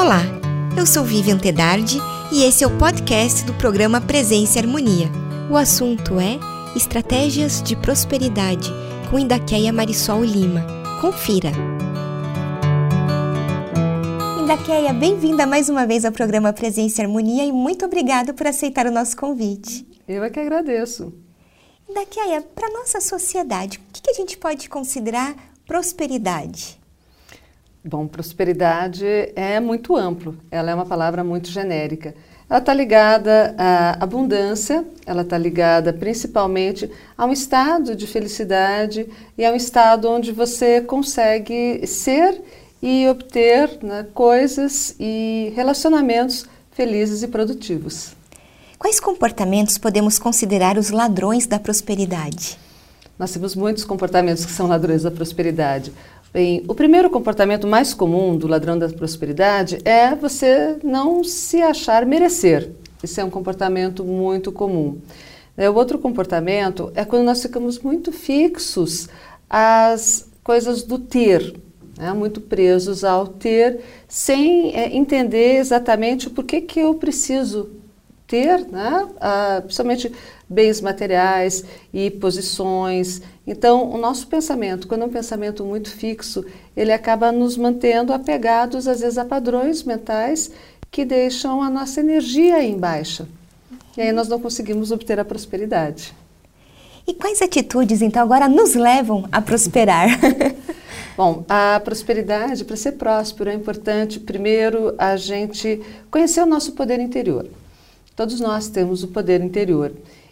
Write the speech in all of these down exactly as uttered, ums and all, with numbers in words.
Olá, eu sou Vivian Tedardi e esse é o podcast do programa Presença e Harmonia. O assunto é Estratégias de Prosperidade, com Indaqueia Marisol Lima. Confira! Indaqueia, bem-vinda mais uma vez ao programa Presença e Harmonia e muito obrigada por aceitar o nosso convite. Eu é que agradeço. Indaqueia, para a nossa sociedade, o que a gente pode considerar prosperidade? Bom, prosperidade é muito amplo, ela é uma palavra muito genérica. Ela está ligada à abundância, ela está ligada principalmente a um estado de felicidade e a um estado onde você consegue ser e obter, né, coisas e relacionamentos felizes e produtivos. Quais comportamentos podemos considerar os ladrões da prosperidade? Nós temos muitos comportamentos que são ladrões da prosperidade. Bem, o primeiro comportamento mais comum do ladrão da prosperidade é você não se achar merecer. Esse é um comportamento muito comum. O outro comportamento é quando nós ficamos muito fixos às coisas do ter, né? Muito presos ao ter, sem é, entender exatamente o porquê que eu preciso ter, né? ah, principalmente bens materiais e posições. Então, o nosso pensamento, quando é um pensamento muito fixo, ele acaba nos mantendo apegados, às vezes, a padrões mentais que deixam a nossa energia em baixa. E aí nós não conseguimos obter a prosperidade. E quais atitudes, então, agora nos levam a prosperar? Bom, a prosperidade, para ser próspero, é importante, primeiro, a gente conhecer o nosso poder interior. Todos nós temos o poder interior.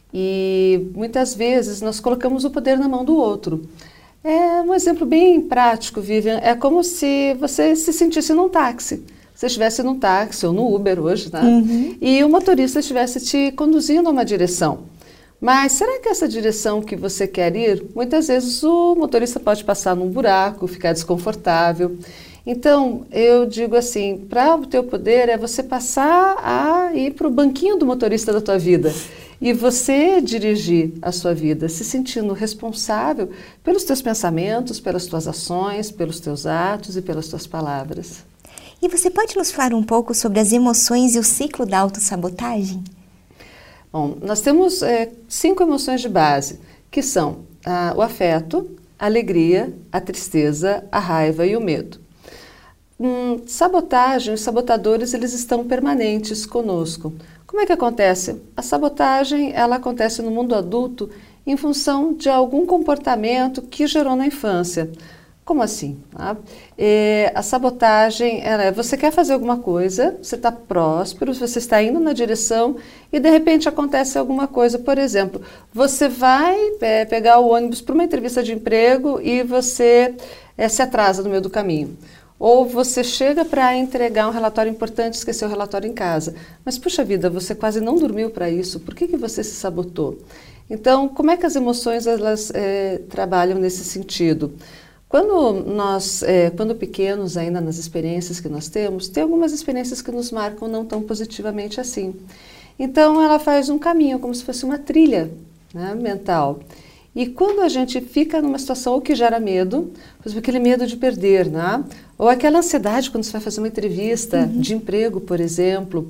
E muitas vezes nós colocamos o poder na mão do outro. É um exemplo bem prático, Vivian. É como se você se sentisse num táxi. Você estivesse num táxi ou no Uber hoje, né? Uhum. E o motorista estivesse te conduzindo a uma direção. Mas será que essa direção que você quer ir, muitas vezes o motorista pode passar num buraco, ficar desconfortável. Então, eu digo assim, para o teu poder é você passar a ir para o banquinho do motorista da tua vida e você dirigir a sua vida, se sentindo responsável pelos teus pensamentos, pelas tuas ações, pelos teus atos e pelas tuas palavras. E você pode nos falar um pouco sobre as emoções e o ciclo da autossabotagem? Bom, nós temos é, cinco emoções de base, que são ah, o afeto, a alegria, a tristeza, a raiva e o medo. Hum, sabotagem, os sabotadores, eles estão permanentes conosco. Como é que acontece? A sabotagem, ela acontece no mundo adulto em função de algum comportamento que gerou na infância. Como assim? Tá? É, a sabotagem, ela é, você quer fazer alguma coisa, você está próspero, você está indo na direção e de repente acontece alguma coisa. Por exemplo, você vai é, pegar o ônibus para uma entrevista de emprego e você é, se atrasa no meio do caminho. Ou você chega para entregar um relatório importante e esqueceu o relatório em casa. Mas, puxa vida, você quase não dormiu para isso. Por que que você se sabotou? Então, como é que as emoções elas, é, trabalham nesse sentido? Quando nós, é, quando pequenos, ainda nas experiências que nós temos, tem algumas experiências que nos marcam não tão positivamente assim. Então, ela faz um caminho, como se fosse uma trilha, né, mental. E quando a gente fica numa situação que gera medo, por exemplo, aquele medo de perder, né? Ou aquela ansiedade quando você vai fazer uma entrevista uhum. de emprego, por exemplo,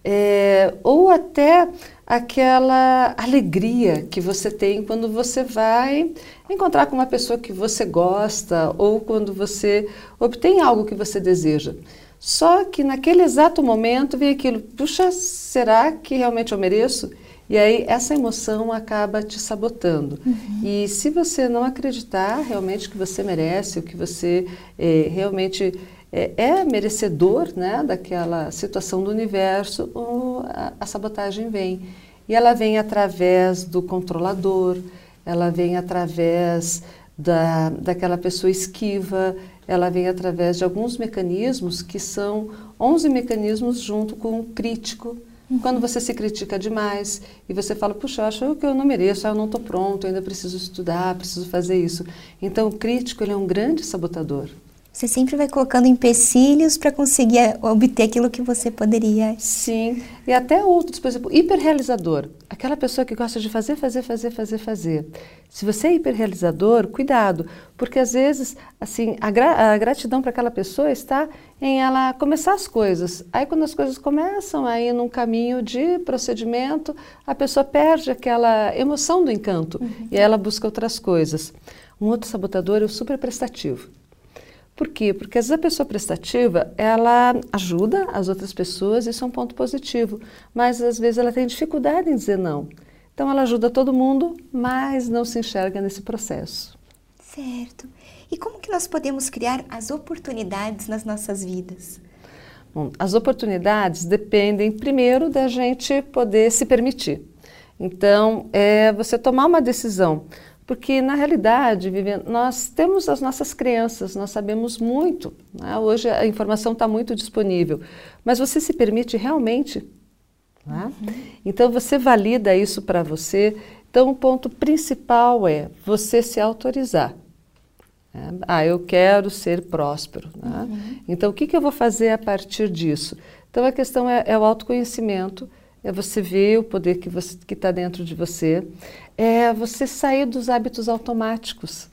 é, ou até aquela alegria que você tem quando você vai encontrar com uma pessoa que você gosta ou quando você obtém algo que você deseja. Só que naquele exato momento vem aquilo, puxa, será que realmente eu mereço? E aí essa emoção acaba te sabotando. Uhum. E se você não acreditar realmente que você merece, o que você é, realmente é, é merecedor, né, daquela situação do universo, o, a, a sabotagem vem. E ela vem através do controlador, ela vem através da, daquela pessoa esquiva, ela vem através de alguns mecanismos que são onze mecanismos junto com o crítico. Quando você se critica demais e você fala, puxa, eu acho que eu não mereço, eu não estou pronto, eu ainda preciso estudar, preciso fazer isso. Então, o crítico ele é um grande sabotador. Você sempre vai colocando empecilhos para conseguir obter aquilo que você poderia. Sim, e até outros, por exemplo, hiperrealizador. Aquela pessoa que gosta de fazer, fazer, fazer, fazer, fazer. Se você é hiperrealizador, cuidado, porque às vezes, assim, a, gra a gratidão para aquela pessoa está em ela começar as coisas. Aí quando as coisas começam a ir num caminho de procedimento, a pessoa perde aquela emoção do encanto, uhum. e aí ela busca outras coisas. Um outro sabotador é o super prestativo. Por quê? Porque às vezes a pessoa prestativa, ela ajuda as outras pessoas, isso é um ponto positivo, mas às vezes ela tem dificuldade em dizer não. Então ela ajuda todo mundo, mas não se enxerga nesse processo. Certo. E como que nós podemos criar as oportunidades nas nossas vidas? Bom, as oportunidades dependem primeiro da gente poder se permitir. Então, é você tomar uma decisão. Porque, na realidade, Viviane, nós temos as nossas crenças, nós sabemos muito, né? Hoje a informação está muito disponível, mas você se permite realmente? Né? Uhum. Então, você valida isso para você. Então, o ponto principal é você se autorizar. Né? Ah, eu quero ser próspero. Né? Uhum. Então, o que, que eu vou fazer a partir disso? Então, a questão é, é o autoconhecimento, é você ver o poder que você, que está dentro de você, é você sair dos hábitos automáticos.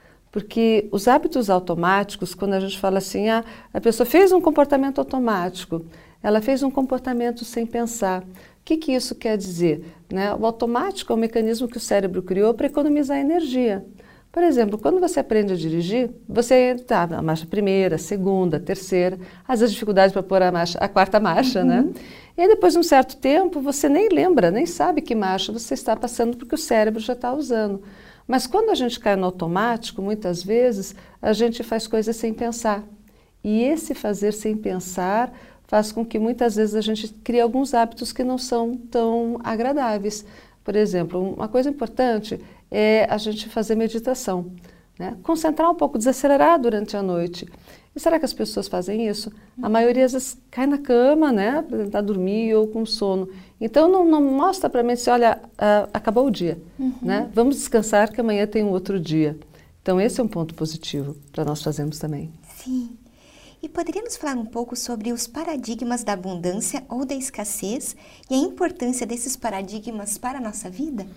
Porque os hábitos automáticos, quando a gente fala assim, ah, a pessoa fez um comportamento automático, ela fez um comportamento sem pensar. O que, que isso quer dizer? Né? O automático é um mecanismo que o cérebro criou para economizar energia. Por exemplo, quando você aprende a dirigir, você está na marcha primeira, segunda, terceira, às vezes dificuldade para pôr a, marcha, a quarta marcha, uhum. né? E aí, depois de um certo tempo, você nem lembra, nem sabe que marcha você está passando porque o cérebro já está usando. Mas quando a gente cai no automático, muitas vezes, a gente faz coisas sem pensar. E esse fazer sem pensar faz com que muitas vezes a gente crie alguns hábitos que não são tão agradáveis. Por exemplo, uma coisa importante é a gente fazer meditação, né? Concentrar um pouco, desacelerar durante a noite. E será que as pessoas fazem isso? A maioria às vezes cai na cama, né, para tentar dormir ou com sono. Então não, não mostra para mim assim, olha, uh, acabou o dia, uhum. né? Vamos descansar que amanhã tem um outro dia. Então esse é um ponto positivo para nós fazermos também. Sim. E poderia nos falar um pouco sobre os paradigmas da abundância ou da escassez e a importância desses paradigmas para a nossa vida?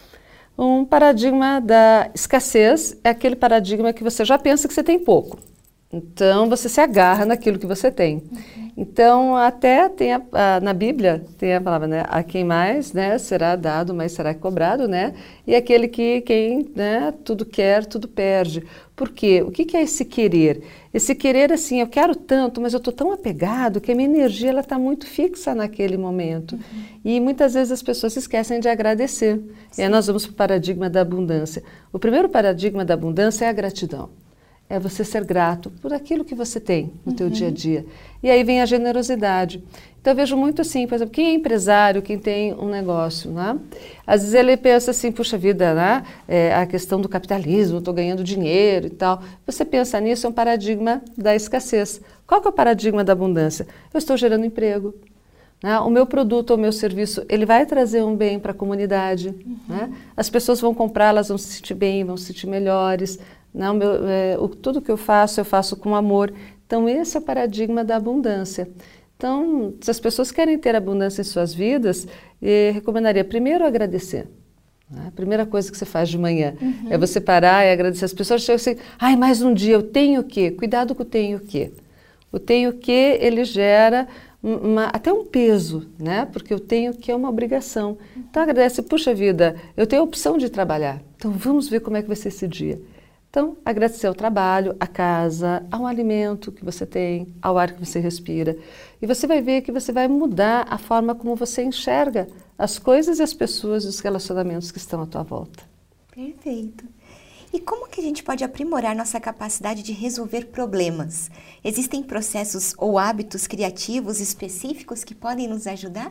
Um paradigma da escassez é aquele paradigma que você já pensa que você tem pouco. Então, você se agarra naquilo que você tem. Uhum. Então, até tem a, a, na Bíblia, tem a palavra, né? A quem mais, né, será dado, mais será cobrado, né? E aquele que quem, né, tudo quer, tudo perde. Por quê? O que, que é esse querer? Esse querer, assim, eu quero tanto, mas eu estou tão apegado que a minha energia está muito fixa naquele momento. Uhum. E muitas vezes as pessoas esquecem de agradecer. Sim. E aí nós vamos para o paradigma da abundância. O primeiro paradigma da abundância é a gratidão. É você ser grato por aquilo que você tem no uhum. teu dia a dia. E aí vem a generosidade. Então eu vejo muito assim, por exemplo, quem é empresário, quem tem um negócio, né? Às vezes ele pensa assim, puxa vida, né? É, a questão do capitalismo, estou ganhando dinheiro e tal. Você pensa nisso, é um paradigma da escassez. Qual que é o paradigma da abundância? Eu estou gerando emprego. Né? O meu produto ou o meu serviço, ele vai trazer um bem para a comunidade. Uhum. Né? As pessoas vão comprar, elas vão se sentir bem, vão se sentir melhores. Não, meu, é, o, tudo que eu faço, eu faço com amor. Então, esse é o paradigma da abundância. Então, se as pessoas querem ter abundância em suas vidas, eu recomendaria primeiro agradecer. Né? A primeira coisa que você faz de manhã uhum. é você parar e agradecer. As pessoas chegam assim, ai, mais um dia, eu tenho o quê? Cuidado com o tenho o quê. O tenho o quê, ele gera uma, até um peso, né? Porque eu tenho que é uma obrigação. Então, agradece, puxa vida, eu tenho a opção de trabalhar. Então, vamos ver como é que vai ser esse dia. Então, agradecer ao trabalho, à casa, ao alimento que você tem, ao ar que você respira. E você vai ver que você vai mudar a forma como você enxerga as coisas e as pessoas e os relacionamentos que estão à tua volta. Perfeito. E como que a gente pode aprimorar nossa capacidade de resolver problemas? Existem processos ou hábitos criativos específicos que podem nos ajudar?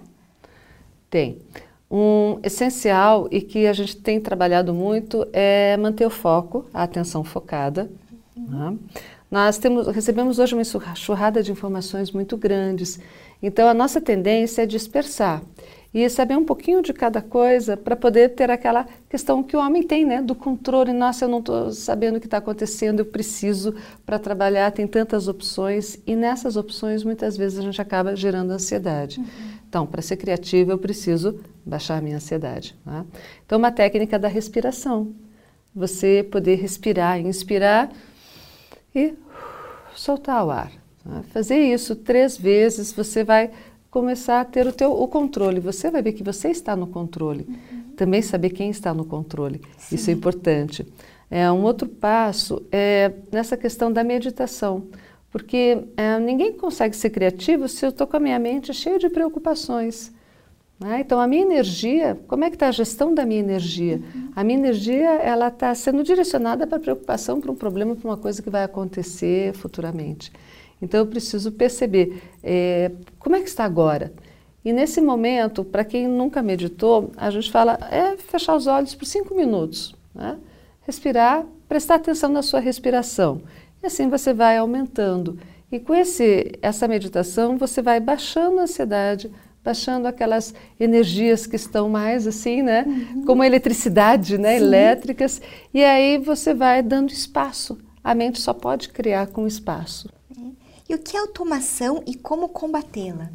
Tem. Um essencial e que a gente tem trabalhado muito é manter o foco, a atenção focada. Uhum. Né? Nós temos, recebemos hoje uma enxurrada de informações muito grandes, então a nossa tendência é dispersar e saber um pouquinho de cada coisa para poder ter aquela questão que o homem tem, né, do controle. Nossa, eu não estou sabendo o que está acontecendo, eu preciso para trabalhar, tem tantas opções, e nessas opções muitas vezes a gente acaba gerando ansiedade. Uhum. Então, para ser criativa eu preciso baixar a minha ansiedade, né? Então, uma técnica da respiração, você poder respirar, inspirar e soltar o ar. Né? Fazer isso três vezes, você vai começar a ter o, teu, o controle. Você vai ver que você está no controle. Uhum. Também saber quem está no controle. Sim. Isso é importante. É, um outro passo é nessa questão da meditação. Porque é, ninguém consegue ser criativo se eu estou com a minha mente cheia de preocupações. Né? Então, a minha energia, como é que está a gestão da minha energia? Uhum. A minha energia, ela está sendo direcionada para preocupação, para um problema, para uma coisa que vai acontecer futuramente. Então, eu preciso perceber é, como é que está agora. E nesse momento, para quem nunca meditou, a gente fala, é fechar os olhos por cinco minutos. Né? Respirar, prestar atenção na sua respiração. E assim você vai aumentando. E com esse, essa meditação, você vai baixando a ansiedade, baixando aquelas energias que estão mais assim, né? Uhum. Como a eletricidade, né? Elétricas. E aí você vai dando espaço. A mente só pode criar com espaço. E o que é automação e como combatê-la?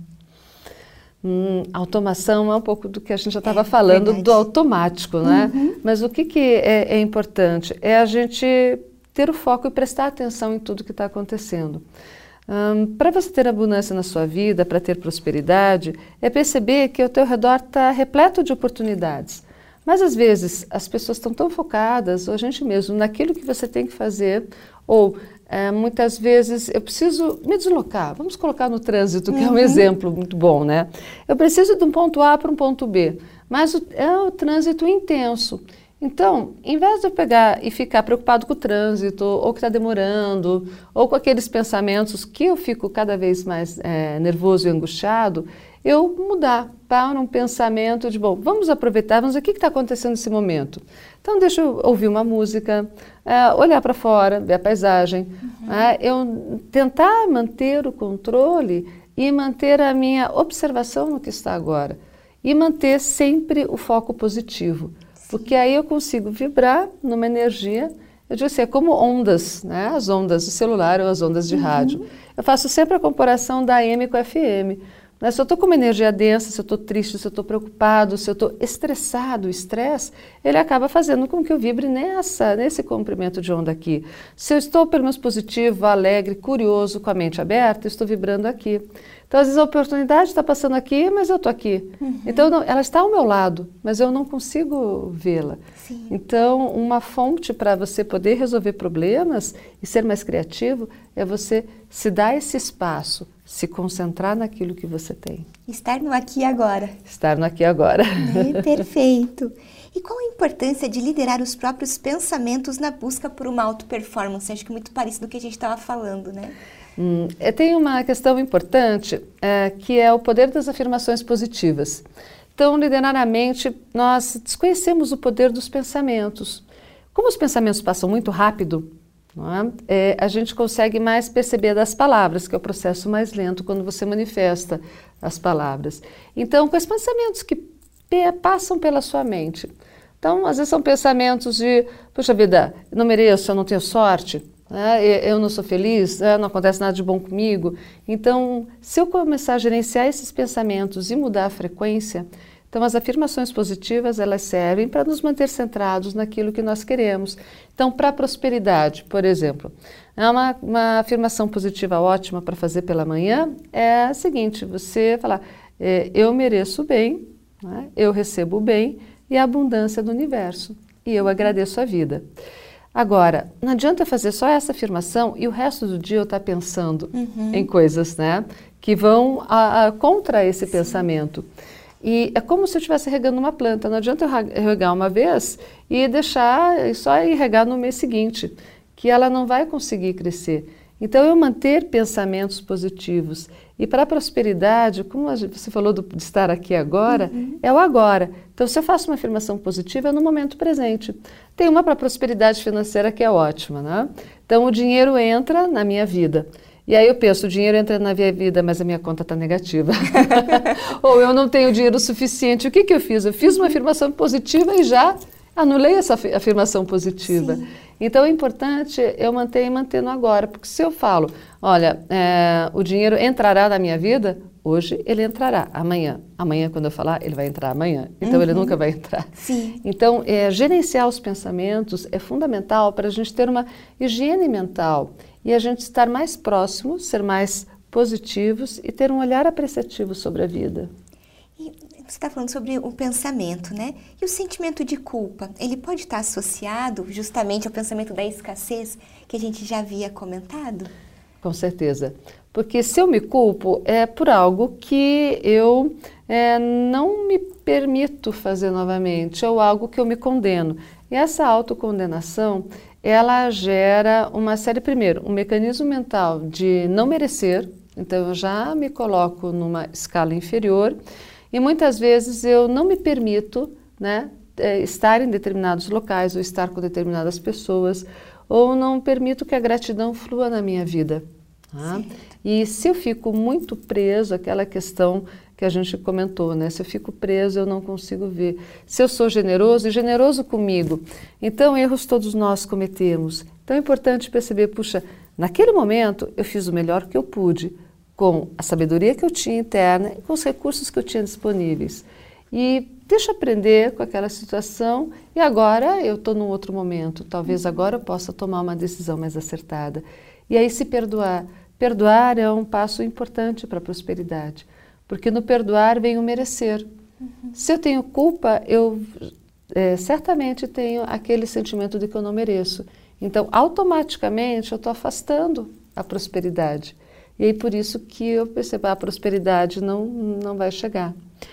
Hum, automação é um pouco do que a gente já estava é, falando, verdade. Do automático, né? Uhum. Mas o que, que é, é importante? É a gente ter o foco e prestar atenção em tudo que está acontecendo. Um, para você ter abundância na sua vida, para ter prosperidade, é perceber que o teu redor está repleto de oportunidades. Mas às vezes as pessoas estão tão focadas, ou a gente mesmo, naquilo que você tem que fazer, ou é, muitas vezes eu preciso me deslocar. Vamos colocar no trânsito, que uhum. é um exemplo muito bom, né? Eu preciso de um ponto A para um ponto B, mas o, é o trânsito intenso. Então, em vez de eu pegar e ficar preocupado com o trânsito, ou que está demorando, ou com aqueles pensamentos que eu fico cada vez mais é, nervoso e angustiado, eu mudar para um pensamento de, bom, vamos aproveitar, vamos ver o que está acontecendo nesse momento. Então, deixa eu ouvir uma música, é, olhar para fora, ver a paisagem, uhum. é, eu tentar manter o controle e manter a minha observação no que está agora. E manter sempre o foco positivo. Porque aí eu consigo vibrar numa energia, eu digo assim, é como ondas, né? As ondas do celular ou as ondas de uhum. rádio. Eu faço sempre a comparação da A M com a F M. Né? Se eu estou com uma energia densa, se eu estou triste, se eu estou preocupado, se eu estou estressado, o estresse, ele acaba fazendo com que eu vibre nessa, nesse comprimento de onda aqui. Se eu estou pelo menos positivo, alegre, curioso, com a mente aberta, eu estou vibrando aqui. Então, às vezes a oportunidade está passando aqui, mas eu estou aqui. Uhum. Então, não, ela está ao meu lado, mas eu não consigo vê-la. Então, uma fonte para você poder resolver problemas e ser mais criativo é você se dar esse espaço, se concentrar naquilo que você tem. Estar no aqui e agora. Estar no aqui e agora. É, perfeito. E qual a importância de liderar os próprios pensamentos na busca por uma auto-performance? Acho que é muito parecido com o que a gente estava falando, né? Hum, tem uma questão importante, é, que é o poder das afirmações positivas. Então, liderar a mente, nós desconhecemos o poder dos pensamentos. Como os pensamentos passam muito rápido, não é? É, a gente consegue mais perceber das palavras, que é o processo mais lento quando você manifesta as palavras. Então, com os pensamentos que pe- passam pela sua mente. Então, às vezes são pensamentos de, puxa vida, eu não mereço, eu não tenho sorte. É, eu não sou feliz, é, não acontece nada de bom comigo. Então, se eu começar a gerenciar esses pensamentos e mudar a frequência, então as afirmações positivas, elas servem para nos manter centrados naquilo que nós queremos. Então, para a prosperidade, por exemplo, é uma, uma afirmação positiva ótima para fazer pela manhã é a seguinte, você falar, é, eu mereço o bem, né, eu recebo o bem e a abundância do universo, e eu agradeço a vida. Agora, não adianta fazer só essa afirmação e o resto do dia eu estar pensando uhum. em coisas, né, que vão a, a, contra esse Sim. pensamento. E é como se eu estivesse regando uma planta. Não adianta eu regar uma vez e deixar só ir regar no mês seguinte, que ela não vai conseguir crescer. Então, eu manter pensamentos positivos. E para a prosperidade, como você falou do, de estar aqui agora, uhum. é o agora. Então, se eu faço uma afirmação positiva, é no momento presente. Tem uma para a prosperidade financeira que é ótima, né? Então, o dinheiro entra na minha vida. E aí eu penso, o dinheiro entra na minha vida, mas a minha conta está negativa. Ou eu não tenho dinheiro suficiente. O que, que eu fiz? Eu fiz uma afirmação positiva e já anulei essa afirmação positiva. Sim. Então, é importante eu manter e manter no agora. Porque se eu falo, olha, é, o dinheiro entrará na minha vida, hoje ele entrará. Amanhã. Amanhã, quando eu falar, ele vai entrar amanhã. Então, uhum. ele nunca vai entrar. Sim. Então, é, gerenciar os pensamentos é fundamental para a gente ter uma higiene mental e a gente estar mais próximo, ser mais positivos e ter um olhar apreciativo sobre a vida. E você está falando sobre o pensamento, né? E o sentimento de culpa, ele pode estar associado justamente ao pensamento da escassez que a gente já havia comentado? Com certeza. Porque se eu me culpo, é por algo que eu é, não me permito fazer novamente, ou algo que eu me condeno. E essa autocondenação, ela gera uma série, primeiro, um mecanismo mental de não merecer, então eu já me coloco numa escala inferior, e muitas vezes eu não me permito, né, estar em determinados locais ou estar com determinadas pessoas, ou não permito que a gratidão flua na minha vida. Tá? E se eu fico muito preso àquela questão que a gente comentou, né? Se eu fico preso, eu não consigo ver. Se eu sou generoso, e generoso comigo, então erros todos nós cometemos. Então é importante perceber, puxa, naquele momento eu fiz o melhor que eu pude, com a sabedoria que eu tinha interna e com os recursos que eu tinha disponíveis. E deixa eu aprender com aquela situação e agora eu estou num outro momento. Talvez agora eu possa tomar uma decisão mais acertada. E aí se perdoar. Perdoar é um passo importante para a prosperidade, porque no perdoar vem o merecer. Uhum. Se eu tenho culpa, eu é, certamente tenho aquele sentimento de que eu não mereço. Então, automaticamente, eu estou afastando a prosperidade. E aí, por isso que eu percebo, a prosperidade não, não vai chegar.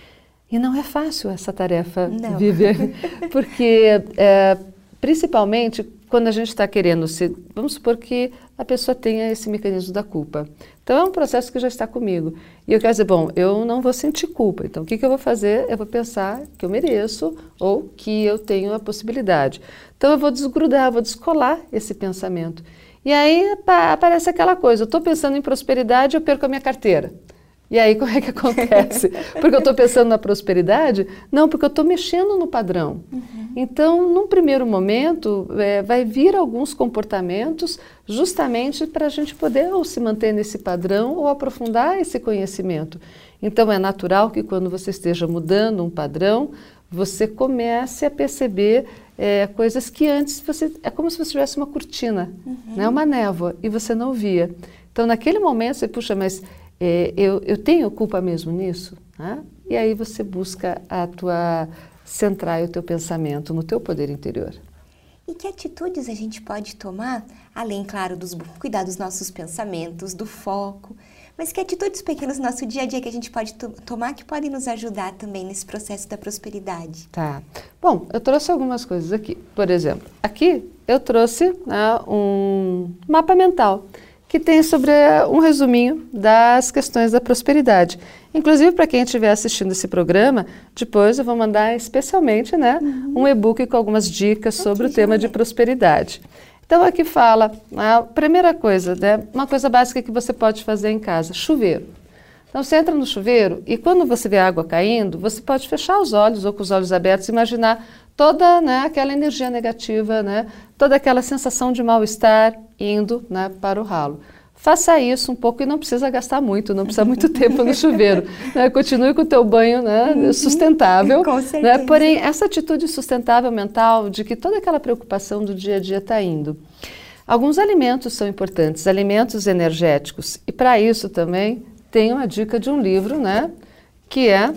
E não é fácil essa tarefa, não. Vivian, porque, é, principalmente, quando a gente está querendo se... Vamos supor que a pessoa tenha esse mecanismo da culpa. Então, é um processo que já está comigo. E eu quero dizer, bom, eu não vou sentir culpa. Então, o que, que eu vou fazer? Eu vou pensar que eu mereço ou que eu tenho a possibilidade. Então, eu vou desgrudar, eu vou descolar esse pensamento. E aí aparece aquela coisa, eu estou pensando em prosperidade, eu perco a minha carteira. E aí como é que acontece? Porque eu estou pensando na prosperidade? Não, porque eu estou mexendo no padrão. Uhum. Então, num primeiro momento, é, vai vir alguns comportamentos justamente para a gente poder ou se manter nesse padrão ou aprofundar esse conhecimento. Então, é natural que quando você esteja mudando um padrão, você comece a perceber É, coisas que antes você... É como se você tivesse uma cortina, uhum. né, uma névoa, e você não via. Então, naquele momento, você, puxa, mas é, eu, eu tenho culpa mesmo nisso? Né? E aí você busca a tua... centrar o teu pensamento no teu poder interior. E que atitudes a gente pode tomar, além, claro, dos cuidar dos nossos pensamentos, do foco, mas que atitudes pequenas no nosso dia a dia que a gente pode to- tomar que podem nos ajudar também nesse processo da prosperidade? Tá. Bom, eu trouxe algumas coisas aqui. Por exemplo, aqui eu trouxe né, um mapa mental que tem sobre um resuminho das questões da prosperidade. Inclusive, para quem estiver assistindo esse programa, depois eu vou mandar especialmente né, uhum. um e-book com algumas dicas sobre okay, o tema de prosperidade. Então, aqui fala, a primeira coisa, né, uma coisa básica que você pode fazer em casa, chuveiro. Então, você entra no chuveiro e quando você vê a água caindo, você pode fechar os olhos ou com os olhos abertos e imaginar toda né, aquela energia negativa, né, toda aquela sensação de mal-estar indo né, para o ralo. Faça isso um pouco e não precisa gastar muito, não precisa muito tempo no chuveiro. Né? Continue com o teu banho né, sustentável. Com certeza. Né? Porém, essa atitude sustentável mental de que toda aquela preocupação do dia a dia está indo. Alguns alimentos são importantes, alimentos energéticos. E para isso também tem uma dica de um livro, né, que é,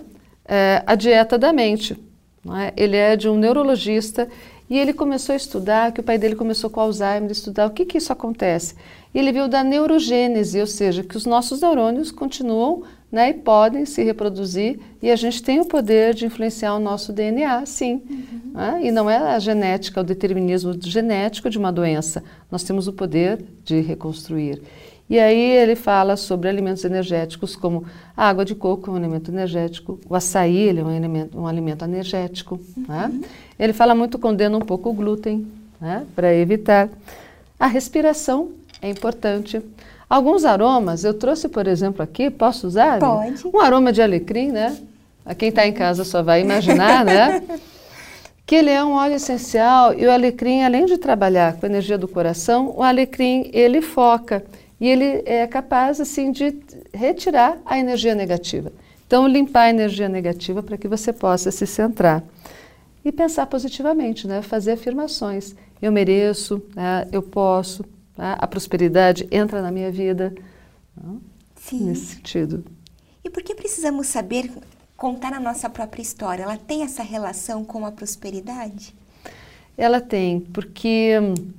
é A Dieta da Mente. Não é? Ele é de um neurologista e ele começou a estudar, que o pai dele começou com Alzheimer, a estudar o que que isso acontece. E ele viu da neurogênese, ou seja, que os nossos neurônios continuam né, e podem se reproduzir, e a gente tem o poder de influenciar o nosso D N A, sim. Uhum. Né? E não é a genética, o determinismo genético de uma doença. Nós temos o poder de reconstruir. E aí ele fala sobre alimentos energéticos, como a água de coco é um alimento energético, o açaí ele é um alimento, um alimento energético. Uhum. Né? Ele fala muito, condena um pouco o glúten, né, para evitar. A respiração é importante. Alguns aromas, eu trouxe, por exemplo, aqui, posso usar? Pode. Um aroma de alecrim, né? A quem está em casa só vai imaginar, né? Que ele é um óleo essencial e o alecrim, além de trabalhar com a energia do coração, o alecrim, ele foca e ele é capaz, assim, de retirar a energia negativa. Então, limpar a energia negativa para que você possa se centrar. E pensar positivamente, né? Fazer afirmações. Eu mereço, né? Eu posso, né? A prosperidade entra na minha vida. Sim. Nesse sentido. E por que precisamos saber contar a nossa própria história? Ela tem essa relação com a prosperidade? Ela tem, porque,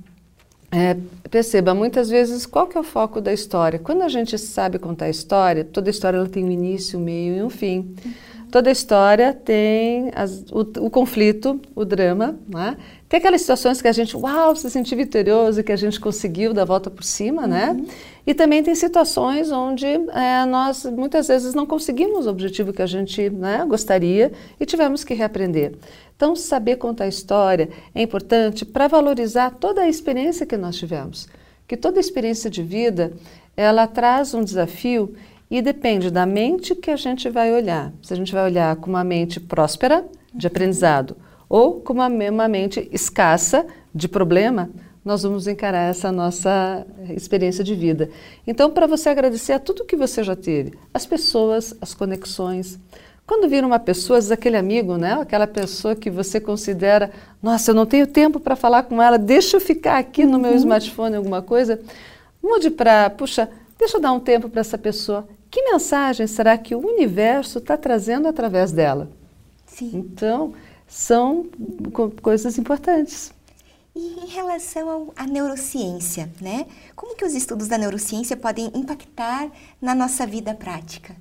é, perceba, muitas vezes, qual que é o foco da história? Quando a gente sabe contar a história, toda história ela tem um início, um meio e um fim. Uhum. Toda história tem as, o, o conflito, o drama, né? Tem aquelas situações que a gente, uau, se sentiu vitorioso e que a gente conseguiu dar a volta por cima, uhum. né? E também tem situações onde é, nós muitas vezes não conseguimos o objetivo que a gente, né, gostaria e tivemos que reaprender. Então, saber contar a história é importante para valorizar toda a experiência que nós tivemos. Que toda experiência de vida, ela traz um desafio e depende da mente que a gente vai olhar. Se a gente vai olhar com uma mente próspera, de aprendizado, ou com uma, uma mente escassa, de problema, nós vamos encarar essa nossa experiência de vida. Então, para você agradecer a tudo que você já teve, as pessoas, as conexões. Quando vira uma pessoa, às vezes aquele amigo, né? Aquela pessoa que você considera, nossa, eu não tenho tempo para falar com ela, deixa eu ficar aqui no meu smartphone, alguma coisa. Mude para, puxa, deixa eu dar um tempo para essa pessoa. Que mensagem será que o universo está trazendo através dela? Sim. Então, são co coisas importantes. E em relação ao, à neurociência, né? Como que os estudos da neurociência podem impactar na nossa vida prática?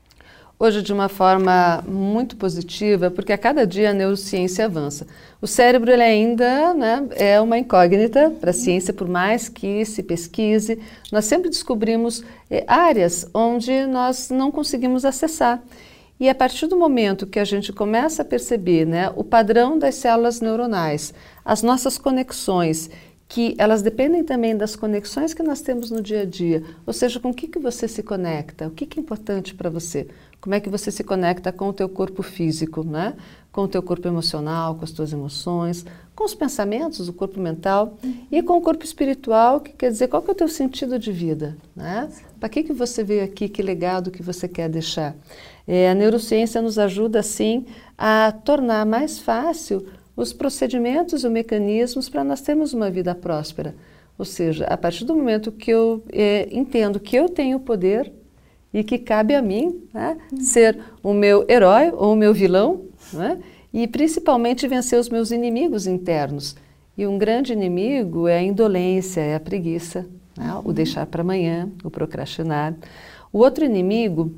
Hoje, de uma forma muito positiva, porque a cada dia a neurociência avança. O cérebro ele ainda, né, é uma incógnita para a ciência, por mais que se pesquise. Nós sempre descobrimos eh, áreas onde nós não conseguimos acessar. E a partir do momento que a gente começa a perceber, né, o padrão das células neuronais, as nossas conexões, que elas dependem também das conexões que nós temos no dia a dia, ou seja, com o que, que você se conecta, o que, que é importante para você, como é que você se conecta com o teu corpo físico, né? Com o teu corpo emocional, com as tuas emoções, com os pensamentos, o corpo mental, uhum. e com o corpo espiritual, que quer dizer, qual que é o teu sentido de vida, né? Para que, que você veio aqui, que legado que você quer deixar? É, a neurociência nos ajuda, assim, a tornar mais fácil os procedimentos e os mecanismos para nós termos uma vida próspera. Ou seja, a partir do momento que eu é, entendo que eu tenho poder e que cabe a mim, né, uhum. ser o meu herói ou o meu vilão, né, e principalmente vencer os meus inimigos internos. E um grande inimigo é a indolência, é a preguiça, né, uhum. o deixar para amanhã, o procrastinar. O outro inimigo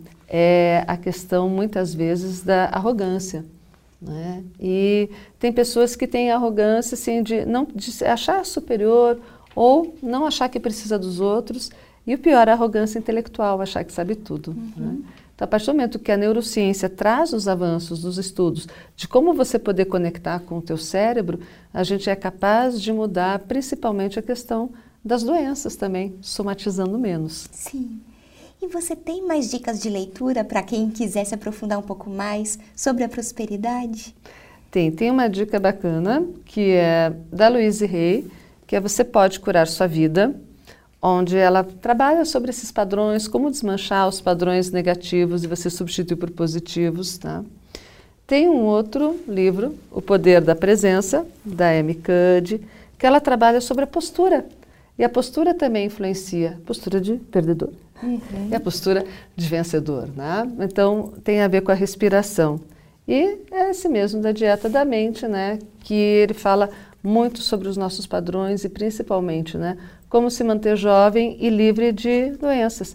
é a questão, muitas vezes, da arrogância. Né? E tem pessoas que têm arrogância assim, de, não, de achar superior ou não achar que precisa dos outros. E o pior, a arrogância intelectual, achar que sabe tudo. Uhum. Né? Então, a partir do momento que a neurociência traz os avanços dos estudos de como você poder conectar com o teu cérebro, a gente é capaz de mudar principalmente a questão das doenças também, somatizando menos. Sim. E você tem mais dicas de leitura para quem quiser se aprofundar um pouco mais sobre a prosperidade? Tem, tem uma dica bacana, que é da Louise Hay, que é Você Pode Curar Sua Vida, onde ela trabalha sobre esses padrões, como desmanchar os padrões negativos e você substituir por positivos. Tá? Tem um outro livro, O Poder da Presença, da Amy Cuddy, que ela trabalha sobre a postura. E a postura também influencia, postura de perdedor. Uhum. E a postura de vencedor, né? Então, tem a ver com a respiração. E é esse mesmo da dieta da mente, né? Que ele fala muito sobre os nossos padrões e principalmente, né? Como se manter jovem e livre de doenças.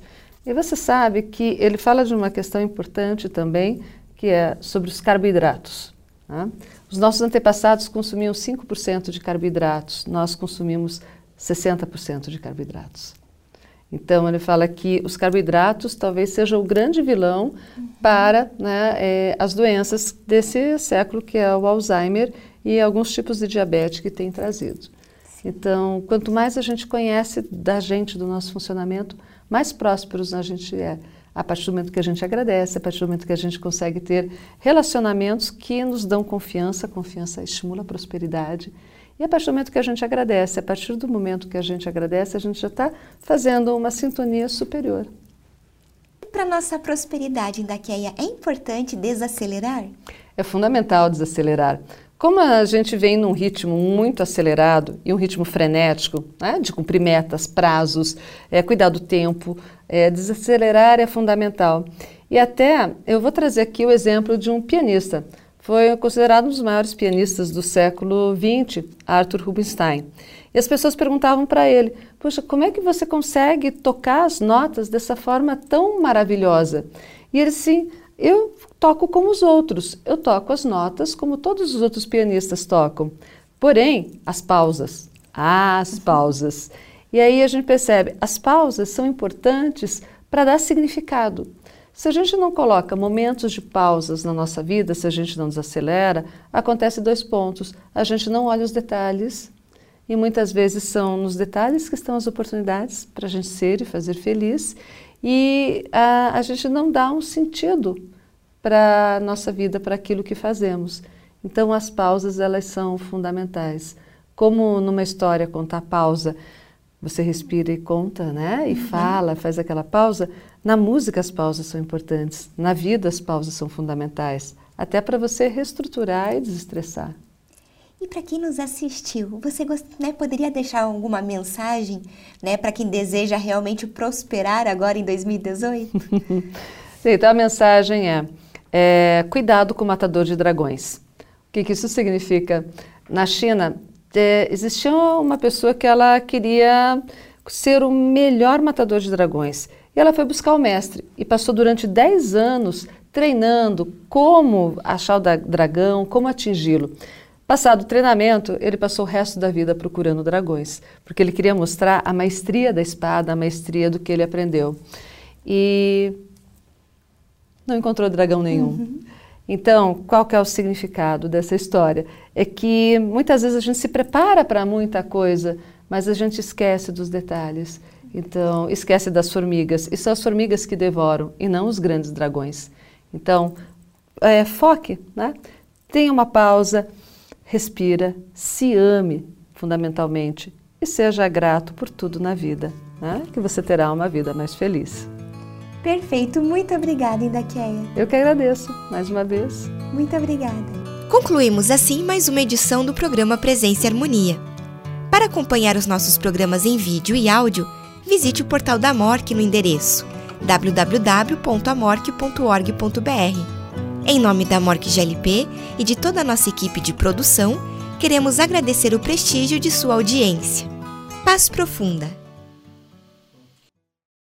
E você sabe que ele fala de uma questão importante também, que é sobre os carboidratos. Né? Os nossos antepassados consumiam cinco por cento de carboidratos, nós consumimos sessenta por cento de carboidratos. Então, ele fala que os carboidratos talvez sejam o grande vilão uhum. para né, é, as doenças desse século, que é o Alzheimer e alguns tipos de diabetes que tem trazido. Então, quanto mais a gente conhece da gente, do nosso funcionamento, mais prósperos a gente é. A partir do momento que a gente agradece, a partir do momento que a gente consegue ter relacionamentos que nos dão confiança, a confiança estimula a prosperidade. E a partir do momento que a gente agradece, a partir do momento que a gente agradece, a gente já está fazendo uma sintonia superior. Para nossa prosperidade, Ndakeia, é importante desacelerar? É fundamental desacelerar. Como a gente vem num ritmo muito acelerado e um ritmo frenético, né, de cumprir metas, prazos, é, cuidar do tempo, é, desacelerar é fundamental. E até eu vou trazer aqui o exemplo de um pianista. Foi considerado um dos maiores pianistas do século vinte, Arthur Rubinstein. E as pessoas perguntavam para ele, poxa, como é que você consegue tocar as notas dessa forma tão maravilhosa? E ele disse, eu toco como os outros, eu toco as notas como todos os outros pianistas tocam. Porém, as pausas, as pausas. E aí a gente percebe, as pausas são importantes para dar significado. Se a gente não coloca momentos de pausas na nossa vida, se a gente não desacelera, acontece dois pontos. A gente não olha os detalhes e muitas vezes são nos detalhes que estão as oportunidades para a gente ser e fazer feliz e a, a gente não dá um sentido para a nossa vida, para aquilo que fazemos. Então as pausas elas são fundamentais. Como numa história contar pausa, você respira e conta, né? E uhum. fala, faz aquela pausa. Na música as pausas são importantes, na vida as pausas são fundamentais, até para você reestruturar e desestressar. E para quem nos assistiu, você gost... né, poderia deixar alguma mensagem, né, para quem deseja realmente prosperar agora em dois mil e dezoito? Então a mensagem é, é cuidado com o matador de dragões. O que, que isso significa? Na China, é, existia uma pessoa que ela queria ser o melhor matador de dragões. E ela foi buscar o mestre e passou durante dez anos treinando como achar o dragão, como atingi-lo. Passado o treinamento, ele passou o resto da vida procurando dragões, porque ele queria mostrar a maestria da espada, a maestria do que ele aprendeu. E não encontrou dragão nenhum. Uhum. Então, qual que é o significado dessa história? É que muitas vezes a gente se prepara para muita coisa, mas a gente esquece dos detalhes. Então, esquece das formigas. E são as formigas que devoram, e não os grandes dragões. Então, é, foque, né? Tenha uma pausa, respira, se ame, fundamentalmente, e seja grato por tudo na vida, né? Que você terá uma vida mais feliz. Perfeito. Muito obrigada, Ndakeia. Eu que agradeço, mais uma vez. Muito obrigada. Concluímos assim mais uma edição do programa Presença e Harmonia. Para acompanhar os nossos programas em vídeo e áudio, visite o portal da Amorque no endereço w w w ponto amorque ponto org ponto b r. Em nome da Amorque G L P e de toda a nossa equipe de produção, queremos agradecer o prestígio de sua audiência. Paz profunda!